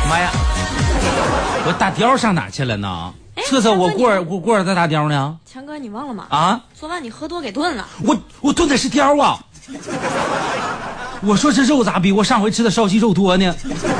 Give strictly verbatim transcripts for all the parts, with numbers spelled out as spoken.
妈呀！我大雕上哪去了呢？测测我过儿我过儿的大雕呢？ 强哥，你忘了吗？ 啊！ 昨晚你喝多给炖了。 我我炖的是雕啊！我说这肉咋比我上回吃的烧鸡肉多呢？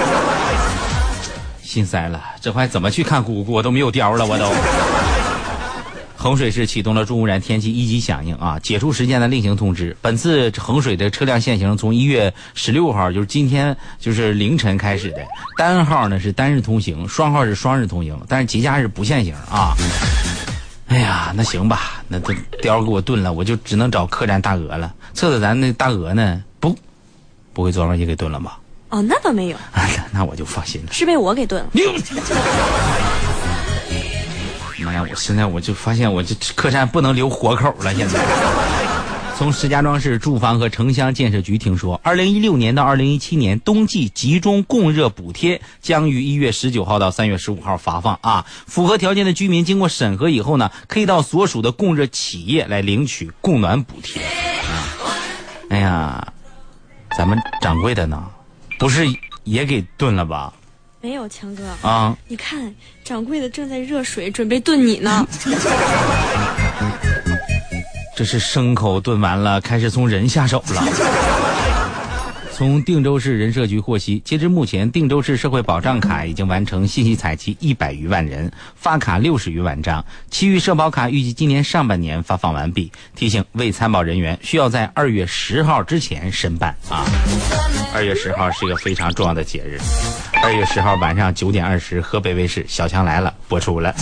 心塞了，这回怎么去看姑姑？我都没有雕了，我都。衡水市启动了重污染天气一级响应啊，解除时间的另行通知。本次衡水的车辆限行从一月十六号，就是今天就是凌晨开始的。单号呢是单日通行，双号是双日通行，但是节假日不限行啊。哎呀，那行吧，那这雕给我炖了，我就只能找客栈大鹅了。测测咱那大鹅呢，不，不会昨晚也给炖了吧？ 哦，那倒没有。 啊，那我就放心了。 是被我给炖了。 妈呀！我现在我就发现我这客栈不能留活口了。现在，从石家庄市住房和城乡建设局听说，二零一六年到二零一七年冬季集中供热补贴将于一月十九号到三月十五号发放啊。符合条件的居民经过审核以后呢，可以到所属的供热企业来领取供暖补贴。啊、哎呀，咱们掌柜的呢，不是也给炖了吧？ 没有，强哥啊！ 你看，掌柜的正在热水准备炖你呢。 这是牲口炖完了，开始从人下手了。从定州市人社局获悉，截至目前，定州市社会保障卡已经完成信息采集一百余万人，发卡六十余万张，其余社保卡预计今年上半年发放完毕。提醒未参保人员需要在二月十号之前申办啊。二月十号是一个非常重要的节日。二月十号晚上九点二十，河北卫视《小强来了》播出了。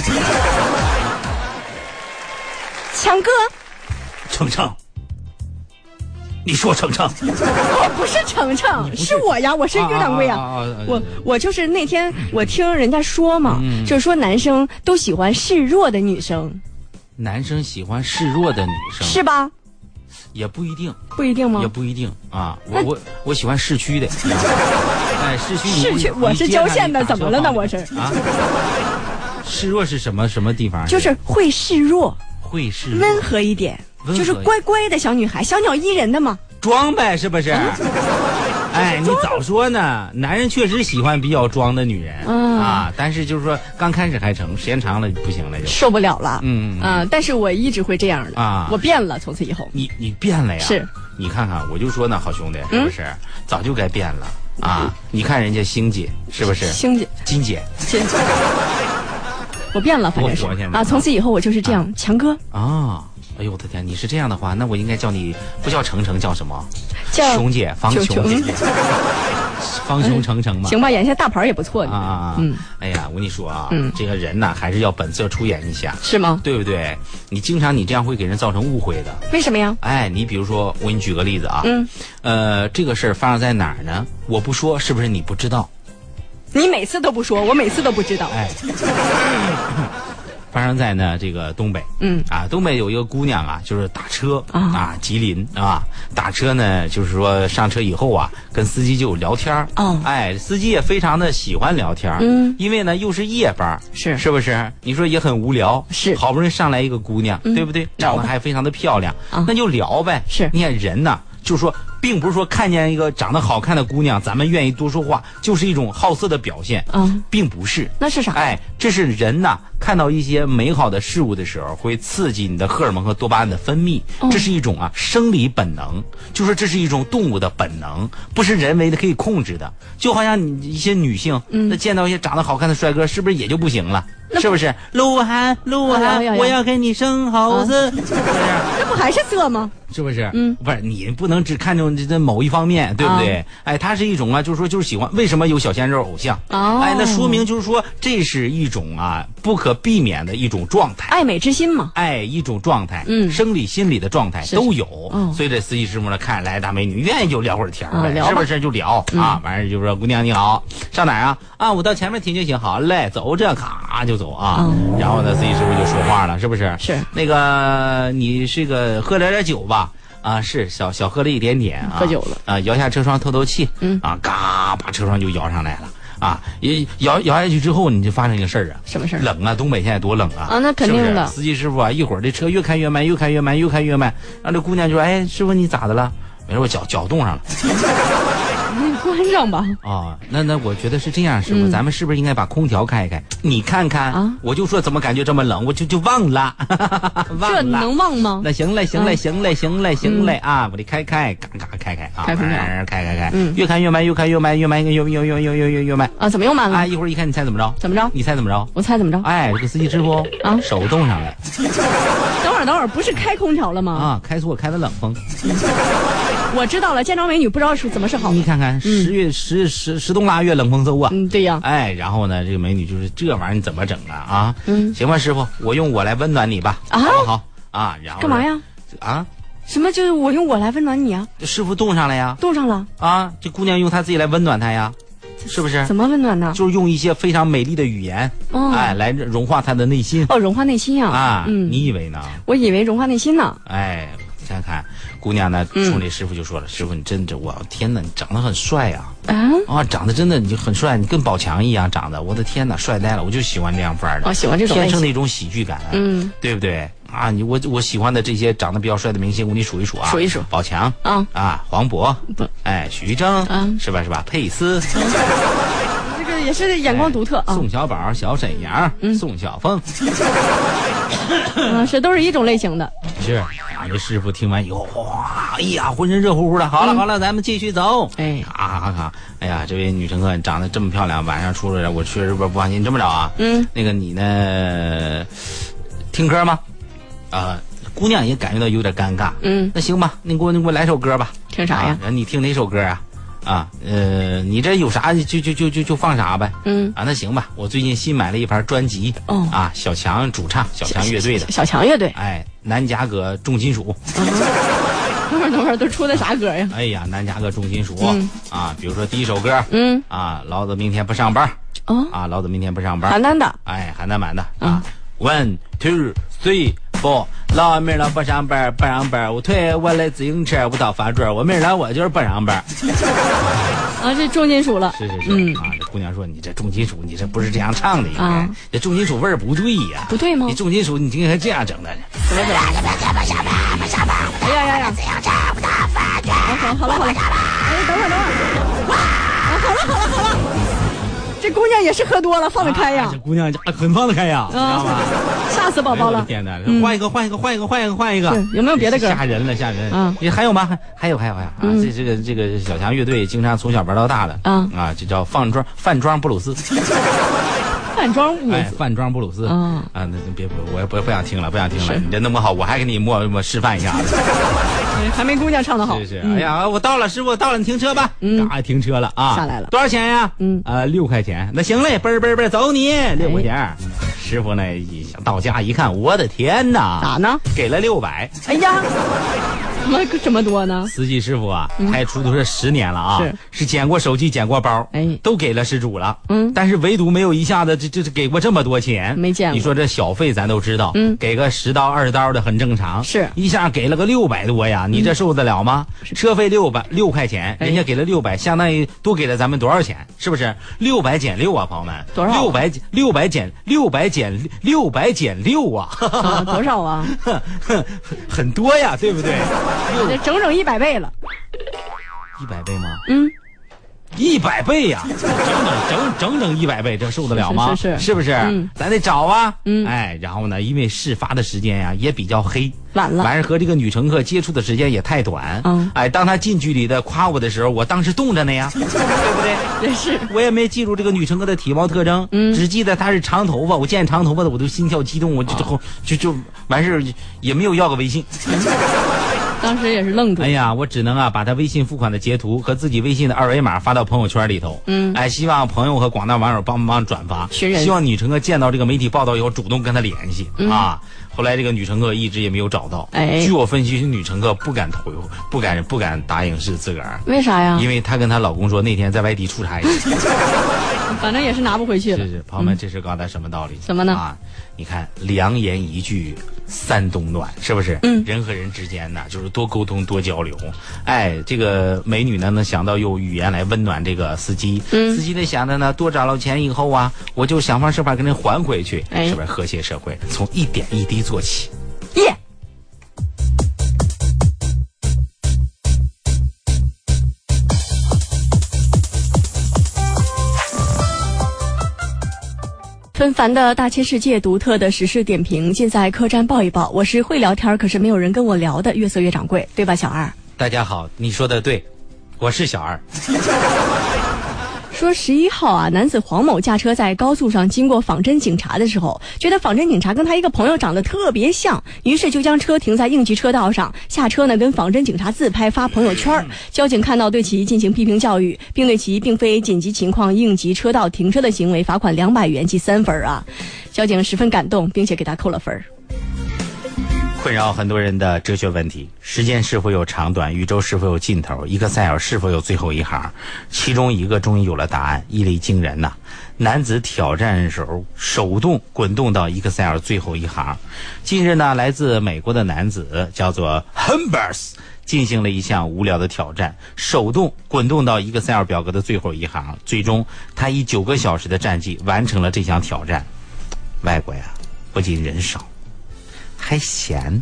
强哥， 程程。你说程程， 我不是程程，是我呀，我是岳掌柜呀。啊啊啊啊、我我就是那天我听人家说嘛，嗯、就是说男生都喜欢示弱的女生。 男生喜欢示弱的女生是吧？ 也不一定， 不一定吗？ 也不一定啊。我我我喜欢市区的。哎，市区市区，我是郊县的，怎么了呢？我是啊。 示弱是什么什么地方？ 就是会示弱， 会示弱， 温和一点。就是乖乖的小女孩，小鸟依人的嘛， 装呗，是不是？哎，你早说呢！男人确实喜欢比较装的女人、嗯、啊，但是就是说刚开始还成，时间长了不行了就受不了了。 嗯啊、呃，但是我一直会这样的啊，我变了，从此以后。 你你变了呀？ 是， 你看看，我就说呢，好兄弟，是不是？嗯、早就该变了啊！嗯、你看人家星姐是不是？ 星姐， 金姐， 金姐，我变了，反正是啊，从此以后我就是这样，强、啊、哥啊。哎呦我的天！你是这样的话，那我应该叫你不叫程程，叫什么？ 叫熊姐，方熊姐姐，方熊程程嘛。 行吧，眼下大牌也不错啊啊！嗯，哎呀，我跟你说啊，嗯、这个人呐，还是要本色出演一下， 是吗？ 对不对？你经常你这样会给人造成误会的。 为什么呀？ 哎，你比如说，我给你举个例子啊，嗯，呃，这个事儿发生在哪儿呢？我不说，是不是你不知道？ 你每次都不说，我每次都不知道。 哎。发生在呢这个东北，嗯啊，东北有一个姑娘啊，就是打车啊，啊吉林啊，打车呢，就是说上车以后啊，跟司机就有聊天哦，哎，司机也非常的喜欢聊天，嗯，因为呢又是夜班， 是是不是？你说也很无聊， 是， 好不容易上来一个姑娘，嗯、对不对？长得还非常的漂亮，啊、那就聊呗。 是， 你看人呢，就是说。并不是说看见一个长得好看的姑娘，咱们愿意多说话，就是一种好色的表现。嗯，并不是。 那是啥？ 哎，这是人呐，看到一些美好的事物的时候，会刺激你的荷尔蒙和多巴胺的分泌。嗯、这是一种啊生理本能，就说这是一种动物的本能，不是人为的可以控制的。就好像你一些女性，嗯，那见到一些长得好看的帅哥，是不是也就不行了？是不是？鹿晗，鹿晗，哎、我要给你生猴子，啊、是不是？ 那不还是色吗？ 是不是？嗯，不是，你不能只看重这某一方面，对不对？啊、哎，它是一种啊，就是说，就是喜欢。为什么有小鲜肉偶像？哦，哎，那说明就是说，这是一种啊不可避免的一种状态， 爱美之心嘛。 哎，一种状态，嗯，生理、心理的状态都有。 哦、 所以这司机师傅呢，看来大美女，愿意就聊会儿天呗，哦、是不是？就聊、嗯、啊，完事就说姑娘你好，上哪儿啊？啊，我到前面停就行。好嘞，走这，咔就走啊。嗯、然后呢，司机师傅就说话了，是不是？ 是那个你是个喝了点酒吧？啊，是小小喝了一点点啊， 喝酒了啊，摇下车窗透透气，嗯啊，嘎把车窗就摇上来了啊，也摇摇下去之后，你就发生一个事儿啊， 什么事儿？ 冷啊，东北现在多冷啊！ 啊，那肯定的。 是不是司机师傅啊，一会儿这车越开越慢，越开越慢，越开越慢，让这姑娘就说：“哎，师傅你咋的了？”没事，我脚脚冻上了。 关上吧。 哦，那那我觉得是这样，师傅，嗯、咱们是不是应该把空调开一开？你看看啊，我就说怎么感觉这么冷，我就就忘了，忘了。 这能忘吗？ 那行嘞，行嘞，行嘞，行嘞，行嘞啊！我得开开，嘎嘎开开啊， 开空调， 开开开，嗯，越开越慢，越开越慢，越慢越越越越越越越慢啊！怎么又慢了？ 啊！一会儿一看，你猜怎么着？ 怎么着？ 你猜怎么着？ 我猜怎么着？ 哎，这个司机师傅啊，手冻上了。 等会儿，等会儿，不是开空调了吗？ 啊，开错，开的冷风。 我知道了，见着美女不知道是怎么是好。 你看看，十月十十十冬腊月，冷风嗖啊！ 嗯，对呀。 哎，然后呢，这个美女就是这玩意儿，你怎么整啊？啊，嗯，行吧，师傅，我用我来温暖你吧，啊，好不好？啊，然后干嘛呀？ 啊？ 什么？就是我用我来温暖你啊？ 这师傅冻上了呀？ 冻上了啊！这姑娘用她自己来温暖他呀，是不是？ 怎么温暖呢？ 就是用一些非常美丽的语言，哦、哎，来融化她的内心。 哦，融化内心呀！ 啊，嗯，你以为呢？ 我以为融化内心呢。 哎。看看，姑娘呢，冲这师傅就说了：“嗯、师傅，你真这，我天哪，你长得很帅呀！啊，啊，长得真的你很帅，你跟宝强一样长得，我的天哪，帅呆了！我就喜欢这样范儿的， 哦，喜欢这种天生的一种喜剧感， 嗯， 对不对？啊，你我我喜欢的这些长得比较帅的明星，我给你数一数啊， 数一数， 宝强，啊啊，黄渤，不，哎，徐峥，嗯，是吧是吧？佩斯。 这个也是眼光独特啊。 宋小宝、小沈阳、嗯、宋小凤， 啊，这都是一种类型的。 是啊，这师傅听完以后，哇，哎呀，浑身热乎乎的。好了、嗯、好了，咱们继续走。哎，咔咔咔，哎呀，这位女乘客长得这么漂亮，晚上出来我确实不不放心。这么着啊，嗯，那个你呢，听歌吗？啊、呃，姑娘也感觉到有点尴尬。嗯，那行吧，你给我你给我来首歌吧。 听啥呀？ 啊、你听哪首歌啊？啊，呃，你这有啥就就就就就放啥呗。嗯，啊，那行吧，我最近新买了一盘专辑。哦，啊，小强主唱，小强乐队的。 小强乐队。 哎，南夹葛重金属。 等会儿等会儿都出的啥歌呀？ 哎呀，南夹葛重金属。嗯、啊，比如说第一首歌。嗯。啊，老子明天不上班。哦。啊，老子明天不上班。 邯郸的。 哎，邯郸版的。啊。One two three four， 老明儿了不上班不上班，我推我的自行车，我到饭桌，我明儿了我就是不上班。 啊，这重金属了。 是是是。嗯、啊，这姑娘说你这重金属，你这不是这样唱的，应该、啊、这重金属味儿不对呀。 不对吗？ 你重金属你应该这样整的。 怎么整？哎呀呀呀！好，好了好了。哎，等会儿等会儿。哇！啊，好了好了好了。这姑娘也是喝多了，放得开呀！ 啊、这姑娘很放得开呀，知道吗？ 吓死宝宝了！ 天哪！换一个，换一个，换一个，换一个，换一个。 有没有别的歌？ 吓人了，吓人！啊，还有吗？还有，还有，还有啊！这这个这个小强乐队经常从小玩到大的啊啊，这叫饭庄饭庄布鲁斯。 饭庄布鲁斯， 哎，饭庄布鲁斯啊啊！那别不，我也不不想听了，不想听了。你这那么好，我还给你默默示范一下子。 还没姑娘唱的好。 是是，哎呀，我到了，师傅到了，你停车吧。嗯，嘎停车了啊， 下来了。 多少钱呀？嗯，呃，六块钱。那行嘞，嘣嘣嘣，走你六块钱。师傅呢，一想到家一看，我的天哪！ 咋呢？ 给了六百。 哎呀，怎么这么多呢？ 司机师傅啊，开出租车十年了啊，是是捡过手机，捡过包，哎，都给了失主了。嗯，但是唯独没有一下子这这给过这么多钱， 没见过。 你说这小费咱都知道，嗯，给个十刀二十刀的很正常， 是一下给了个六百多呀，你这受得了吗？车费六百六块钱，人家给了六百，相当于多给了咱们多少钱？是不是？六百减六啊，朋友们， 多少？ 六百减六百减六百减六百减六啊， 啊多少啊？ 很多呀，对不对？ 这整整一百倍了。 一百倍吗？ 嗯。 一百倍呀、啊，整整整整整一百倍，这受得了吗？ 是是 是, 是不是？嗯，咱得找啊。 嗯， 哎，然后呢，因为事发的时间呀、啊、也比较黑， 晚了， 完事和这个女乘客接触的时间也太短。嗯，哎，当她近距离的夸我的时候，我当时冻着呢呀，对不对？ 也是， 我也没记住这个女乘客的体貌特征，嗯，只记得她是长头发。我见长头发的，我都心跳激动，我就就、哦、就就完事也没有要个微信。 当时也是愣住。 哎呀，我只能啊把他微信付款的截图和自己微信的二维码发到朋友圈里头。嗯，哎，希望朋友和广大网友帮忙转发。希望女乘客见到这个媒体报道以后主动跟他联系、嗯、啊。后来这个女乘客一直也没有找到。哎，据我分析，女乘客不敢回，不敢不敢答应是自个儿。 为啥呀？ 因为她跟她老公说那天在外地出差。 反正也是拿不回去了。 是是，朋友们，这是告诉他什么道理？ 什么呢？ 啊，你看，良言一句三冬暖，是不是？嗯，人和人之间呢，就是多沟通多交流。哎，这个美女呢，能想到用语言来温暖这个司机。嗯，司机呢想着呢，多找了钱以后啊，我就想方设法跟人还回去，哎、是不是？和谐社会从一点一滴做起。 耶、yeah 纷繁的大千世界，独特的时事点评，尽在客栈报一报。我是会聊天可是没有人跟我聊的月色月掌柜，对吧，小二？ 大家好，你说的对，我是小二。 说十一号啊，男子黄某驾车在高速上经过仿真警察的时候，觉得仿真警察跟他一个朋友长得特别像，于是就将车停在应急车道上，下车呢跟仿真警察自拍发朋友圈。交警看到对其进行批评教育，并对其并非紧急情况应急车道停车的行为罚款两百元记三分啊。交警十分感动，并且给他扣了分。 困扰很多人的哲学问题：时间是否有长短？宇宙是否有尽头？Excel是否有最后一行？其中一个终于有了答案，一力惊人呐、啊！男子挑战手手动滚动到 Excel 最后一行。近日呢，来自美国的男子叫做 Humbers 进行了一项无聊的挑战，手动滚动到 Excel 表格的最后一行。最终，他以九个小时的战绩完成了这项挑战。外国呀，不仅人少，还闲。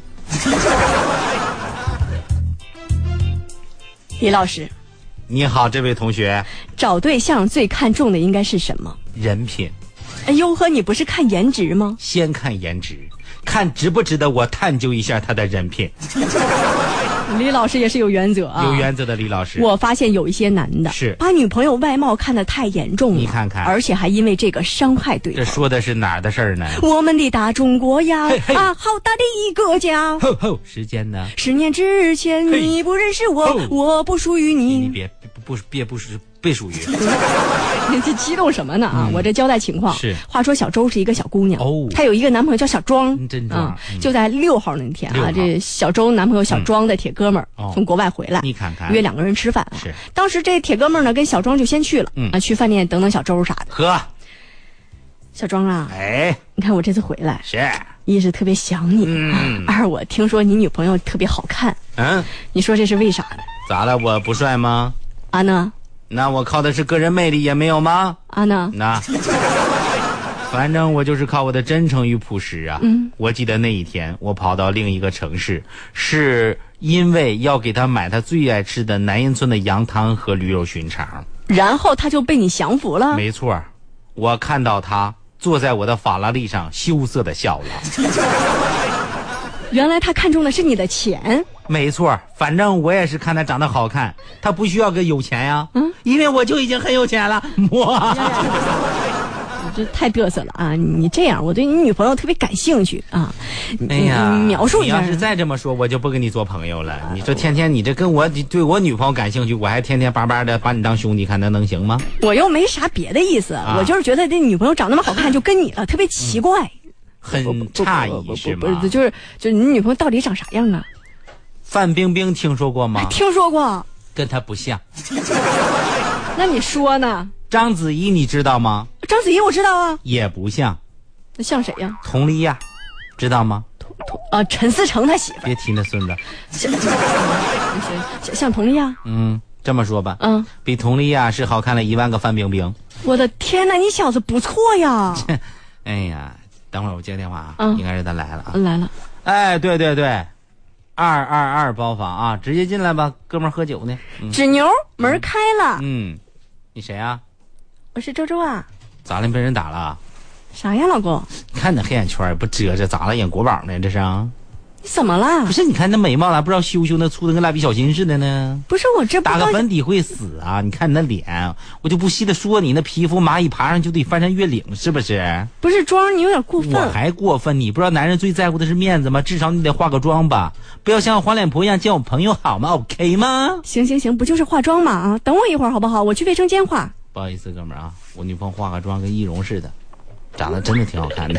李老师， 你好，这位同学。 找对象最看重的应该是什么？ 人品。 哎呦呵，你不是看颜值吗？ 先看颜值，看值不值得我探究一下他的人品。 李老师也是有原则啊， 有原则的李老师。 我发现有一些男的是把女朋友外貌看得太严重了， 你看看， 而且还因为这个伤害对方。 这说的是哪儿的事儿呢？ 我们的大中国呀， 嘿嘿啊，好大的一个家。 吼吼，时间呢？ 十年之前嘿你不认识我，我不属于你。 你别不不别不是被属于。 这激动什么呢啊、嗯！我这交代情况是。 话说小周是一个小姑娘， 哦， 她有一个男朋友叫小庄， 真庄、 啊嗯。就在六号那天啊，这小周男朋友小庄的铁哥们儿、嗯、从国外回来， 你看看， 约两个人吃饭。 是。 当时这铁哥们儿呢跟小庄就先去了，嗯啊，去饭店等等小周啥的。 呵， 小庄啊， 哎， 你看我这次回来， 是一是特别想你， 嗯， 二我听说你女朋友特别好看， 嗯， 你说这是为啥呢？ 咋了？我不帅吗？ 啊呢？ 那我靠的是个人魅力也没有吗？ 啊呢？ 那反正我就是靠我的真诚与朴实啊。 嗯， 我记得那一天我跑到另一个城市，是因为要给他买他最爱吃的南阴村的羊汤和驴肉熏肠。 然后他就被你降服了？ 没错，我看到他坐在我的法拉利上羞涩的笑了。 原来他看中的是你的钱。 没错，反正我也是看他长得好看，他不需要个有钱呀，嗯，因为我就已经很有钱了。哇， 你这太嘚瑟了啊！你这样，我对你女朋友特别感兴趣啊。 哎呀， 你描述一下。 你要是再这么说，我就不跟你做朋友了。你说天天你这跟我对我女朋友感兴趣，我还天天巴巴的把你当兄弟看，那能行吗？ 我又没啥别的意思，啊、我就是觉得这女朋友长那么好看，就跟你了，特别奇怪。嗯很诧异是吗？ 不是，就是就是你女朋友到底长啥样啊？ 范冰冰听说过吗？ 听说过， 跟她不像。 那你说呢？ 章子怡你知道吗？ 章子怡我知道啊， 也不像。 那像谁呀？ 佟丽娅，知道吗？ 佟佟啊，陈思诚他媳妇。 别提那孙子。 像像像佟丽娅。 嗯，这么说吧， 嗯， 比佟丽娅是好看了一万个范冰冰。 我的天哪，你小子不错呀！ 哎呀。等会儿我接个电话啊， 嗯、 应该是他来了啊， 来了。 哎，对对对，二二二包房啊，直接进来吧，哥们儿喝酒呢。 嗯、纸牛门开了。 嗯，你谁啊？ 我是周周啊。 咋了？被人打了？ 啥呀，老公？ 你看那黑眼圈不遮着，咋了？演国宝呢？这是啊？ 你怎么了？ 不是，你看那眉毛了，不知道修修那粗的跟蜡笔小新似的呢。 不是我这打个粉底会死啊！你看你那脸，我就不稀得说你那皮肤，蚂蚁爬上就得翻山越岭，是不是？ 不是妆，你有点过分。 我还过分？你不知道男人最在乎的是面子吗？至少你得化个妆吧，不要像黄脸婆一样见我朋友好吗 ？OK 吗？ 行行行，不就是化妆吗？啊，等我一会儿好不好？我去卫生间化。 不好意思，哥们儿啊，我女朋友化个妆跟易容似的，长得真的挺好看的。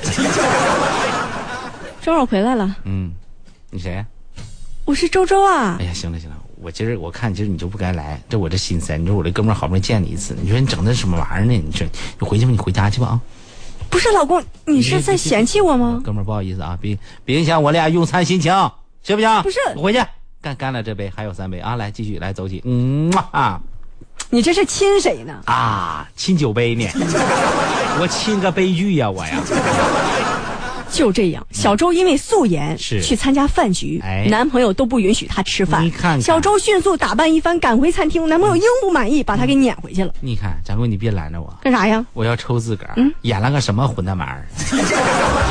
周儿回来了。 嗯。你谁？ 我是周周啊！ 哎呀，行了行了，我今儿我看今儿你就不该来，这我这心塞。你说我这哥们儿好不容易见你一次，你说你整那什么玩意儿呢？你说你回去吧，你回家去吧啊！ 不是老公，你是在嫌弃我吗？ 哥们儿不好意思啊，别别影响我俩用餐心情，行不行？ 不是， 我回去干干了这杯，还有三杯啊！来继续来走起，嗯啊！ 你这是亲谁呢？ 啊，亲酒杯呢？我亲个悲剧呀、啊，我呀！ 就这样，小周因为素颜是去参加饭局， 哎男朋友都不允许她吃饭。 你看看小周迅速打扮一番，赶回餐厅，男朋友应不满意，把她给撵回去了。 你看，掌柜，你别拦着我， 干啥呀？ 我要抽自个儿，嗯、演了个什么混蛋玩意儿？